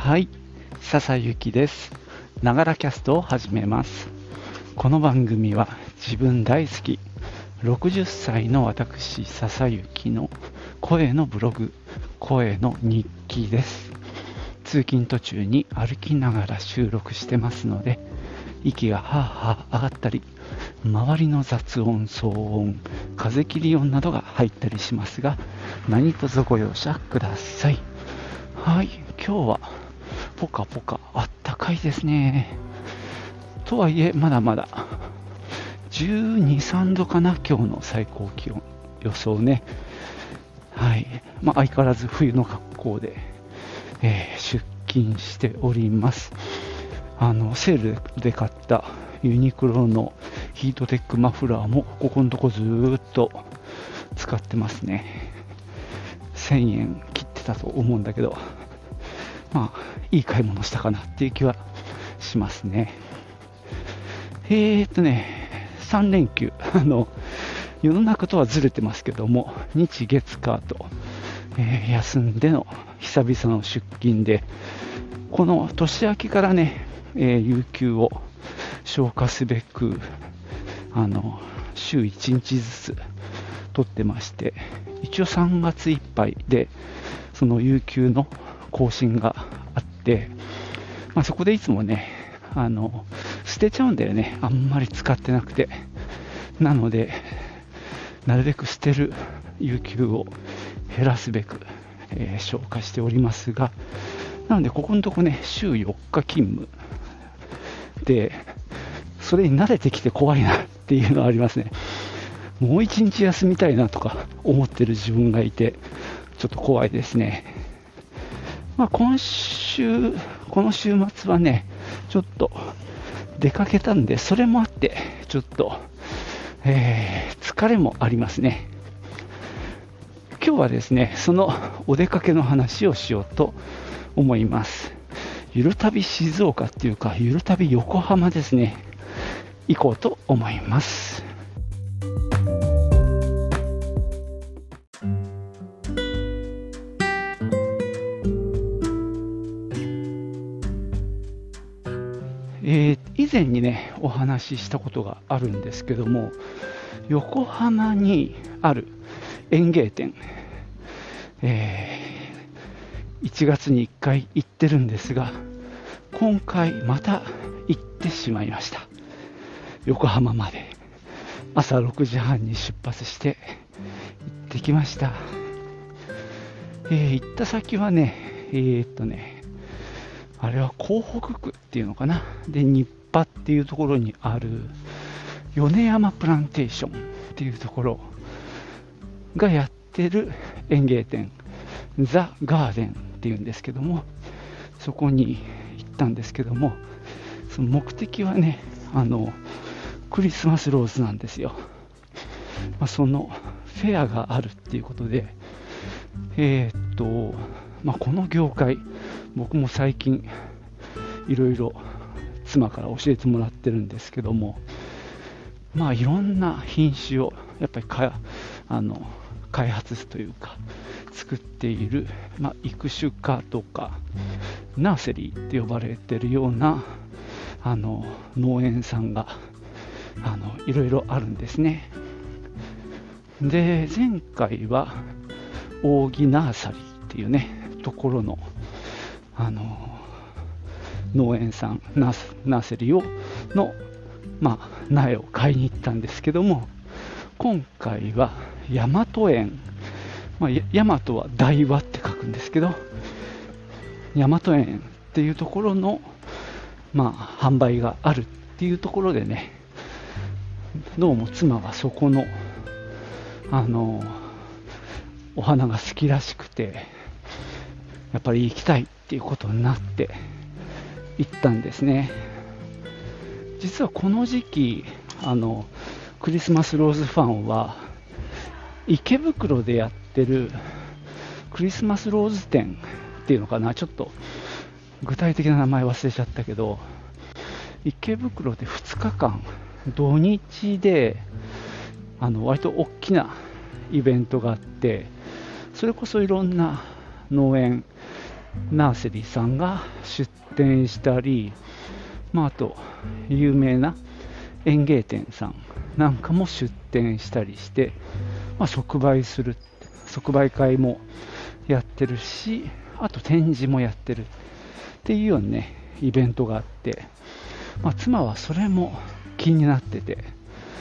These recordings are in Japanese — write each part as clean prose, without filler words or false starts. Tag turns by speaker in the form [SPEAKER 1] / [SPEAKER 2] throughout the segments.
[SPEAKER 1] はい、笹幸です。ながらキャストを始めます。この番組は自分大好き60歳の私笹幸の声のブログ、声の日記です。通勤途中に歩きながら収録してますので、息がはぁはぁ上がったり、周りの雑音、騒音、風切り音などが入ったりしますが、何卒ご容赦ください。はい、今日はポカポカあったかいですね。とはいえまだまだ12、3度かな、今日の最高気温予想ね。はい、相変わらず冬の格好で、出勤しております。セールで買ったユニクロのヒートテックマフラーもここのとこずーっと使ってますね。1000円切ってたと思うんだけど、いい買い物したかなっていう気はしますね。3連休、世の中とはずれてますけども、日月火と、休んでの久々の出勤で、この年明けからね、有給を消化すべく週1日ずつ取ってまして、一応3月いっぱいでその有給の更新があって、そこでいつもね捨てちゃうんだよね。あんまり使ってなくて。なのでなるべく捨てる有給を減らすべく、消化しておりますが、なのでここのとこね、週4日勤務で、それに慣れてきて怖いなっていうのはありますね。もう一日休みたいなとか思ってる自分がいて、ちょっと怖いですね。この週末はね、ちょっと出かけたんで、それもあってちょっと、疲れもありますね。今日はですね、そのお出かけの話をしようと思います。ゆる旅静岡っていうか、ゆる旅横浜ですね、行こうと思います。以前にねお話ししたことがあるんですけども、横浜にある園芸店、1月に1回行ってるんですが、今回また行ってしまいました。横浜まで朝6時半に出発して行ってきました。行った先はね、あれは港北区っていうのかな、で日波っていうところにある米山プランテーションっていうところがやってる園芸店、ザ・ガーデンっていうんですけども、そこに行ったんですけども、その目的はね、クリスマスローズなんですよ。そのフェアがあるっていうことで、この業界、僕も最近いろいろ妻から教えてもらってるんですけども、いろんな品種をやっぱり開発というか作っている、育種家とかナーセリーって呼ばれてるような農園さんがいろいろあるんですね。で、前回は扇ナーサリーっていうねところの農園さん、ナーセリーの苗を買いに行ったんですけども、今回は大和園、大和は大和って書くんですけど、大和園っていうところの販売があるっていうところでね、どうも妻がそこのお花が好きらしくて、やっぱり行きたいっていうことになって行ったんですね。実はこの時期クリスマスローズファンは池袋でやってるクリスマスローズ展っていうのかな、ちょっと具体的な名前忘れちゃったけど、池袋で2日間土日で割と大きなイベントがあって、それこそいろんな農園ナーセリーさんが出店したり、あと有名な園芸店さんなんかも出店したりして、即売会もやってるし、あと展示もやってるっていうようなねイベントがあって、妻はそれも気になってて、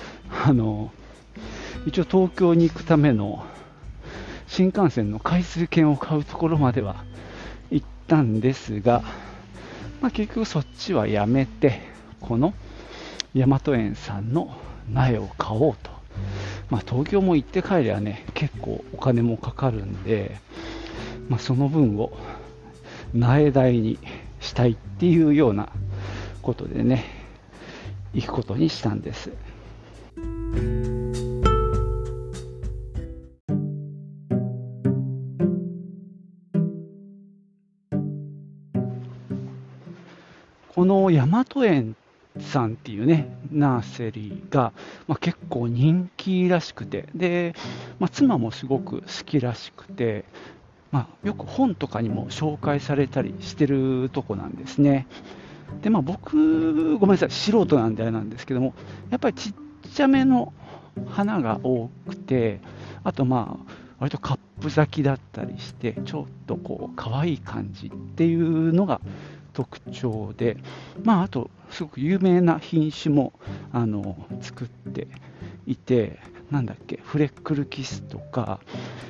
[SPEAKER 1] 一応東京に行くための新幹線の回数券を買うところまでは行ったんですが、結局そっちはやめて、この大和園さんの苗を買おうと。東京も行って帰りゃね結構お金もかかるんで、その分を苗代にしたいっていうようなことでね行くことにしたんです。この大和園さんっていうねナーセリーが、結構人気らしくて、で、妻もすごく好きらしくて、よく本とかにも紹介されたりしてるとこなんですね。で、僕ごめんなさい素人なんであれなんですけども、やっぱりちっちゃめの花が多くて、あと割とカップ咲きだったりして、ちょっとこう可愛い感じっていうのが特徴で、あとすごく有名な品種も作っていて、なんだっけ、フレックルキスとか、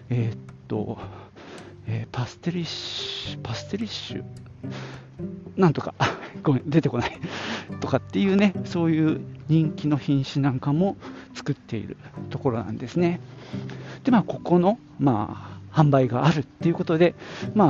[SPEAKER 1] パステリッシュなんとかごめん出てこないとかっていうね、そういう人気の品種なんかも作っているところなんですね。でここの販売があるっていうことで、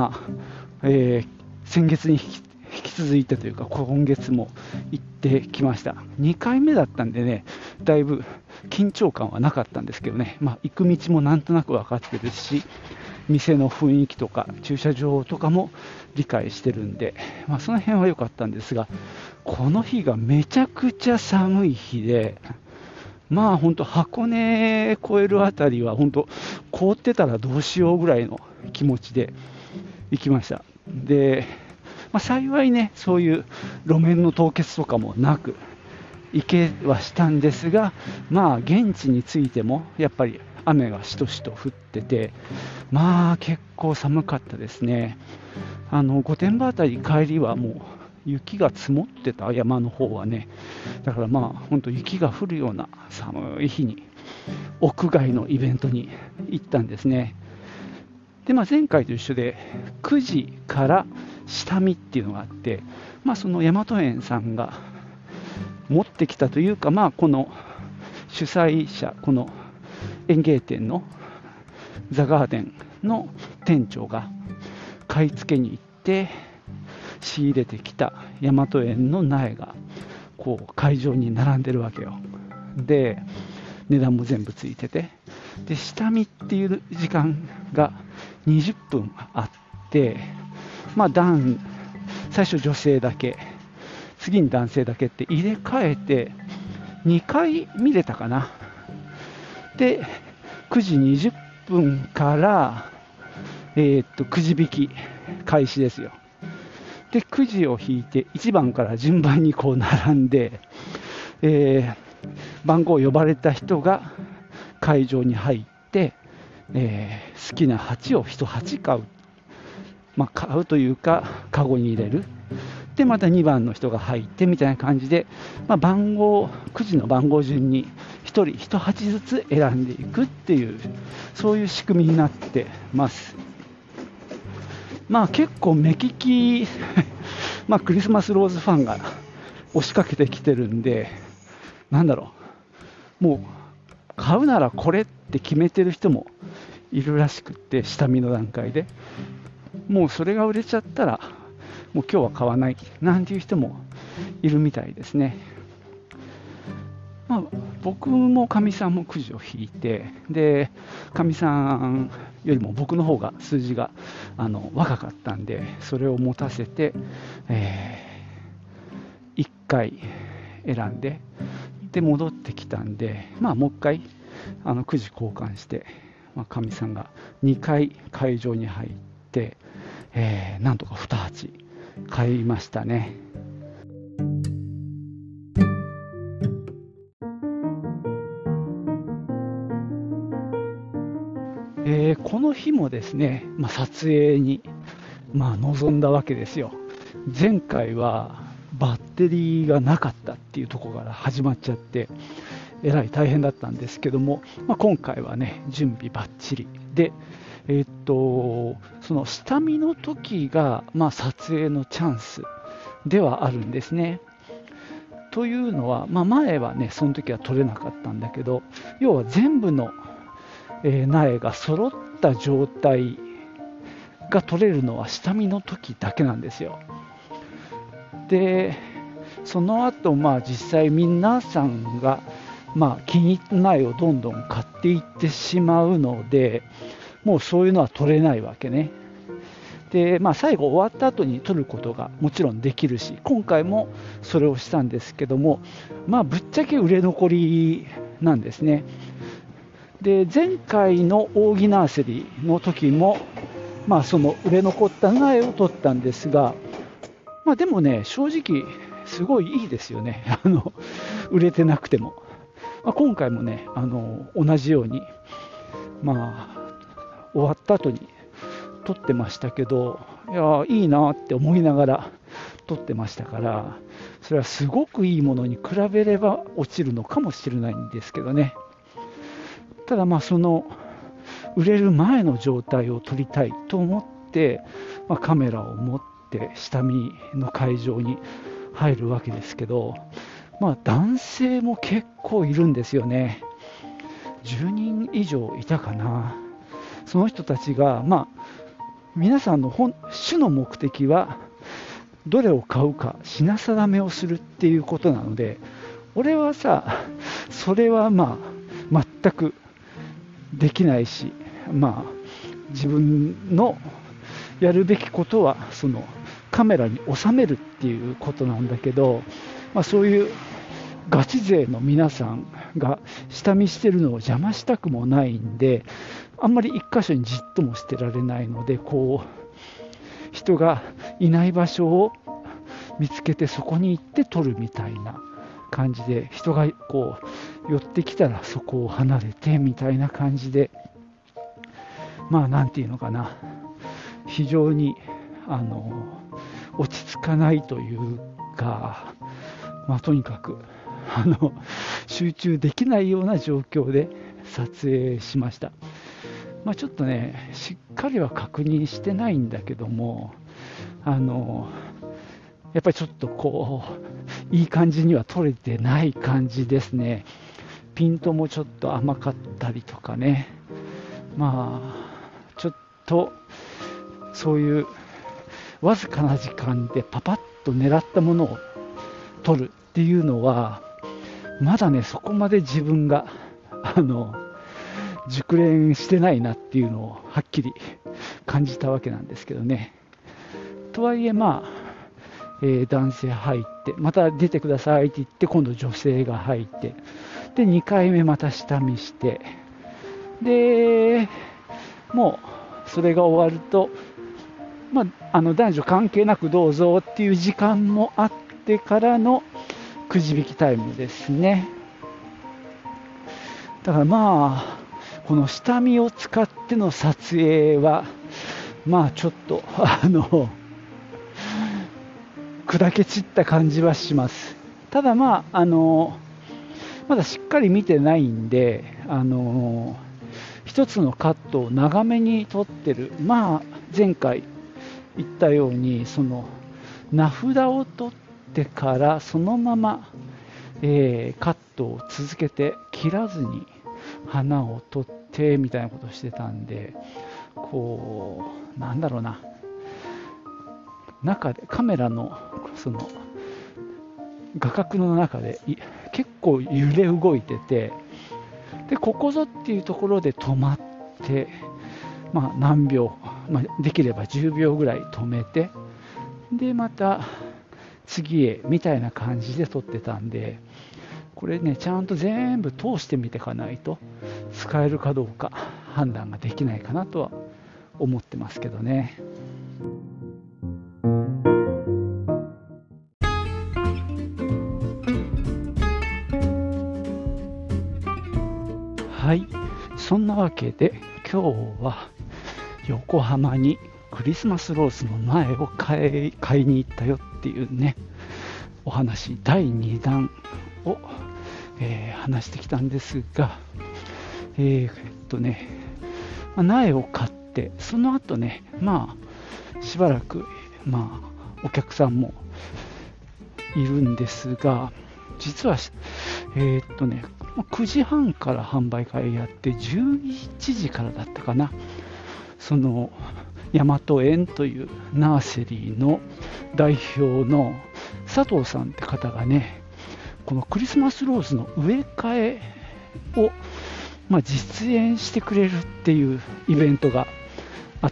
[SPEAKER 1] 先月に引き続いてというか今月も行ってきました。2回目だったんでね、だいぶ緊張感はなかったんですけどね、行く道もなんとなく分かってるし、店の雰囲気とか駐車場とかも理解してるんで、その辺は良かったんですが、この日がめちゃくちゃ寒い日で、本当箱根越えるあたりは本当凍ってたらどうしようぐらいの気持ちで行きました。で、幸いねそういう路面の凍結とかもなく行けはしたんですが、現地に着いてもやっぱり雨がしとしと降ってて、結構寒かったですね。御殿場あたり帰りはもう雪が積もってた、山の方はね。だから本当雪が降るような寒い日に屋外のイベントに行ったんですね。で、前回と一緒で9時から下見っていうのがあって、その大和園さんが持ってきたというか、この主催者、この園芸店のザ・ガーデンの店長が買い付けに行って仕入れてきた大和園の苗がこう会場に並んでるわけよ。で、値段も全部ついてて、で下見っていう時間が20分あって、最初女性だけ、次に男性だけって入れ替えて2回見れたかな。で9時20分からくじ引き開始ですよ。でくじを引いて1番から順番にこう並んで、番号を呼ばれた人が会場に入って、好きな鉢を1鉢買う、買うというかカゴに入れる。でまた2番の人が入ってみたいな感じで、くじの番号順に1人1鉢ずつ選んでいくっていう、そういう仕組みになってます。結構目利きクリスマスローズファンが押しかけてきてるんで、もう買うならこれって決めてる人もいるらしくって、下見の段階でもうそれが売れちゃったらもう今日は買わないなんていう人もいるみたいですね。僕もかみさんもくじを引いて、でかみさんよりも僕の方が数字が若かったんで、それを持たせて、1回選んで、で戻ってきたんで、もう1回くじ交換して、かみさんが2回会場に入って、 なんとか2鉢買いましたね。この日もですね、撮影に、臨んだわけですよ。前回はバッテリーがなかったっていうところから始まっちゃって、えらい大変だったんですけども、今回はね、準備バッチリで、その下見の時が、撮影のチャンスではあるんですね。というのは、前はね、その時は撮れなかったんだけど、要は全部の、苗が揃った状態が撮れるのは下見の時だけなんですよ。で、その後、実際皆さんが、気に入った苗をどんどん買っていってしまうので、もうそういうのは取れないわけね。で、最後終わった後に取ることがもちろんできるし、今回もそれをしたんですけども、ぶっちゃけ売れ残りなんですね。で、前回の扇ナーセリーの時も、その売れ残った苗を取ったんですが、でもね、正直すごいいいですよね。売れてなくても。今回もね、同じように、終わった後に撮ってましたけど、いや、いいなって思いながら撮ってましたから、それはすごくいいものに比べれば落ちるのかもしれないんですけどね。ただその売れる前の状態を撮りたいと思って、カメラを持って下見の会場に入るわけですけど、男性も結構いるんですよね。10人以上いたかな。その人たちが、皆さんの主の目的はどれを買うか品定めをするっていうことなので、俺はさ、それは全くできないし、自分のやるべきことはそのカメラに収めるっていうことなんだけど、そういうガチ勢の皆さんが下見してるのを邪魔したくもないんで、あんまり一箇所にじっともしてられないので、こう人がいない場所を見つけてそこに行って撮るみたいな感じで、人がこう寄ってきたらそこを離れてみたいな感じで、なんていうのかな、非常に落ち着かないというか、とにかく集中できないような状況で撮影しました。ちょっとね、しっかりは確認してないんだけども、やっぱりちょっとこういい感じには撮れてない感じですね。ピントもちょっと甘かったりとかね、ちょっとそういうわずかな時間でパパッと狙ったものを撮るっていうのはまだね、そこまで自分が熟練してないなっていうのをはっきり感じたわけなんですけどね。とはいえ男性入ってまた出てくださいって言って、今度女性が入って、で2回目また下見して、でもうそれが終わると、男女関係なくどうぞっていう時間もあってからのくじ引きタイムですね。だからこの下見を使っての撮影はちょっと砕け散った感じはします。ただまだしっかり見てないんで、一つのカットを長めに撮ってる。前回言ったように、その名札を取ってからそのまま、カットを続けて切らずに花を取ってみたいなことをしてたんで、こうなんだろうな、中でカメラのその画角の中で結構揺れ動いてて、でここぞっていうところで止まって、何秒、できれば10秒ぐらい止めて、でまた次へみたいな感じで撮ってたんで、これね、ちゃんと全部通してみていかないと使えるかどうか判断ができないかなとは思ってますけどね。 わけで今日は横浜にクリスマスローズの苗を買いに行ったよっていうね、お話第2弾を、話してきたんですが、苗を買って、その後ね、しばらく、お客さんもいるんですが、実は、9時半から販売会やって、11時からだったかな、その大和園というナーセリーの代表の佐藤さんって方がね、このクリスマスローズの植え替えを、実演してくれるっていうイベントがあって、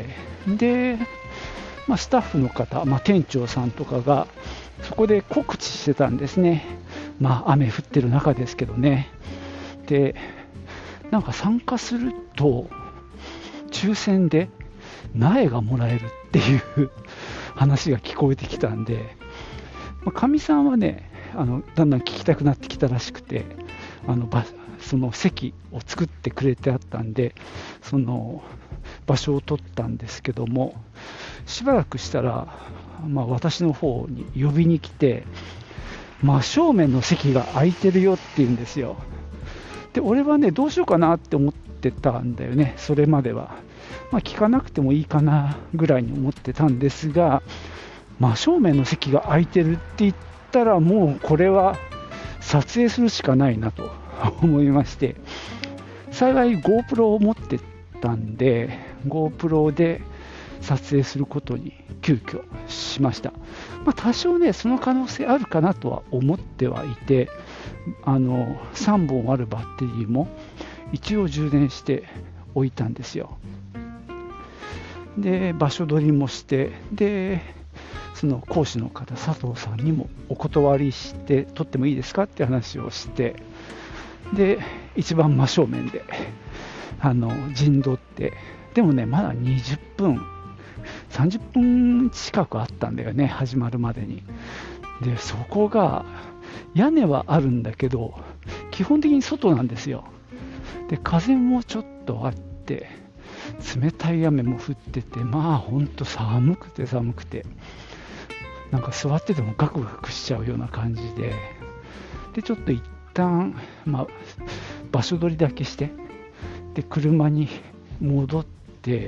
[SPEAKER 1] で、スタッフの方、店長さんとかがそこで告知してたんですね。雨降ってる中ですけどね。で、なんか参加すると抽選で苗がもらえるっていう話が聞こえてきたんで、かみさんはね、だんだん聞きたくなってきたらしくて、その席を作ってくれてあったんで、その場所を取ったんですけども、しばらくしたら、私の方に呼びに来て、真正面の席が空いてるよって言うんですよ。で、俺はね、どうしようかなって思ってたんだよね、それまでは。聞かなくてもいいかなぐらいに思ってたんですが、真正面の席が空いてるって言ったら、もうこれは撮影するしかないなと思いまして、幸い GoPro を持ってたんで、GoPro で撮影することに急遽しました。多少ね、その可能性あるかなとは思ってはいて、3本あるバッテリーも一応充電しておいたんですよ。で、場所取りもして、で、その講師の方、佐藤さんにもお断りして撮ってもいいですかって話をして、で、一番真正面で陣取って、でもね、まだ20分30分近くあったんだよね、始まるまでに。で、そこが屋根はあるんだけど、基本的に外なんですよ。で、風もちょっとあって、冷たい雨も降ってて、ほんと寒くて、なんか座っててもガクガクしちゃうような感じで、で、ちょっと一旦、場所取りだけして、で、車に戻って、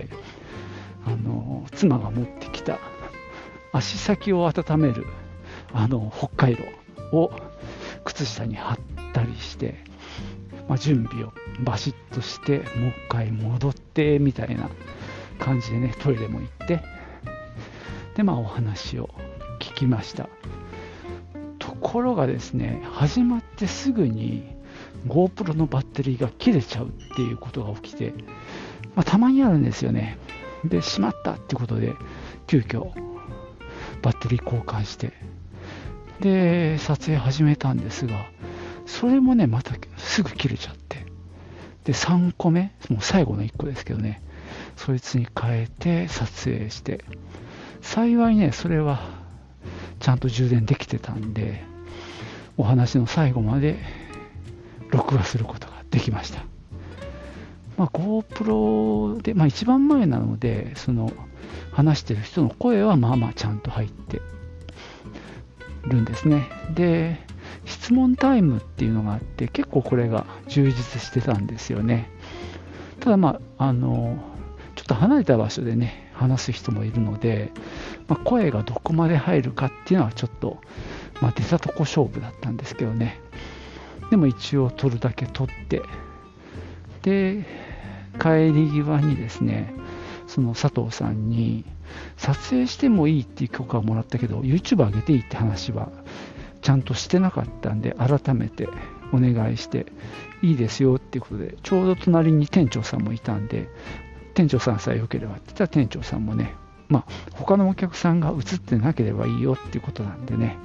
[SPEAKER 1] 妻が持ってきた足先を温める北海道を靴下に貼ったりして、準備をバシッとして、もう一回戻ってみたいな感じでね、トイレも行って、で、お話を聞きました。ところがですね、始まってすぐに GoPro のバッテリーが切れちゃうっていうことが起きて、たまにあるんですよね。で、しまったってことで急遽バッテリー交換して、で、撮影始めたんですが、それもね、またすぐ切れちゃって、で、3個目、もう最後の1個ですけどね、そいつに変えて撮影して、幸いね、それはちゃんと充電できてたんで、お話の最後まで録画することができました。GoPro で、一番前なので、その話してる人の声はちゃんと入ってるんですね。で、質問タイムっていうのがあって、結構これが充実してたんですよね。ただちょっと離れた場所でね、話す人もいるので、声がどこまで入るかっていうのはちょっと、出たとこ勝負だったんですけどね。でも一応撮るだけ撮って、で、帰り際にですね、その佐藤さんに撮影してもいいっていう許可をもらったけど YouTube 上げていいって話はちゃんとしてなかったんで、改めてお願いしていいですよっていうことで、ちょうど隣に店長さんもいたんで、店長さんさえ良ければって言ったら店長さんもね、他のお客さんが映ってなければいいよっていうことなんでね、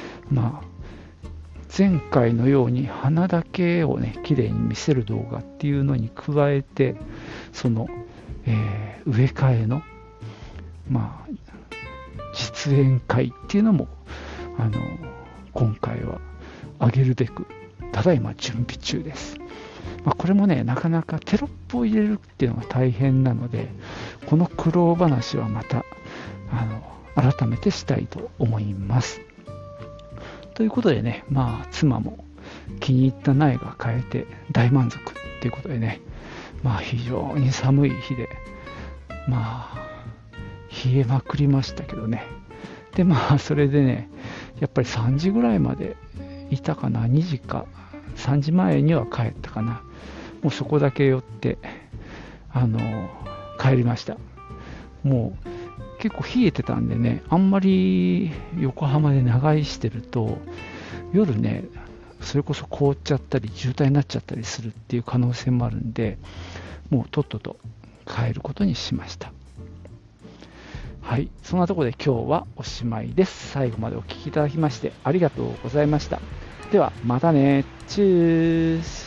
[SPEAKER 1] 前回のように花だけをね綺麗に見せる動画っていうのに加えて、その、植え替えの実演会っていうのも今回は上げるべくただいま準備中です。 これもね、なかなかテロップを入れるっていうのが大変なので、この苦労話はまた改めてしたいと思います。ということでね、妻も気に入った苗が買えて大満足ということでね、非常に寒い日で、冷えまくりましたけどね。で、それでね、やっぱり3時ぐらいまでいたかな、2時か3時前には帰ったかな。もうそこだけ寄って、帰りました。もう結構冷えてたんでね、あんまり横浜で長居してると、夜ね、それこそ凍っちゃったり、渋滞になっちゃったりするっていう可能性もあるんで、もうとっとと帰ることにしました。はい、そんなところで今日はおしまいです。最後までお聞きいただきましてありがとうございました。ではまたね。チュース。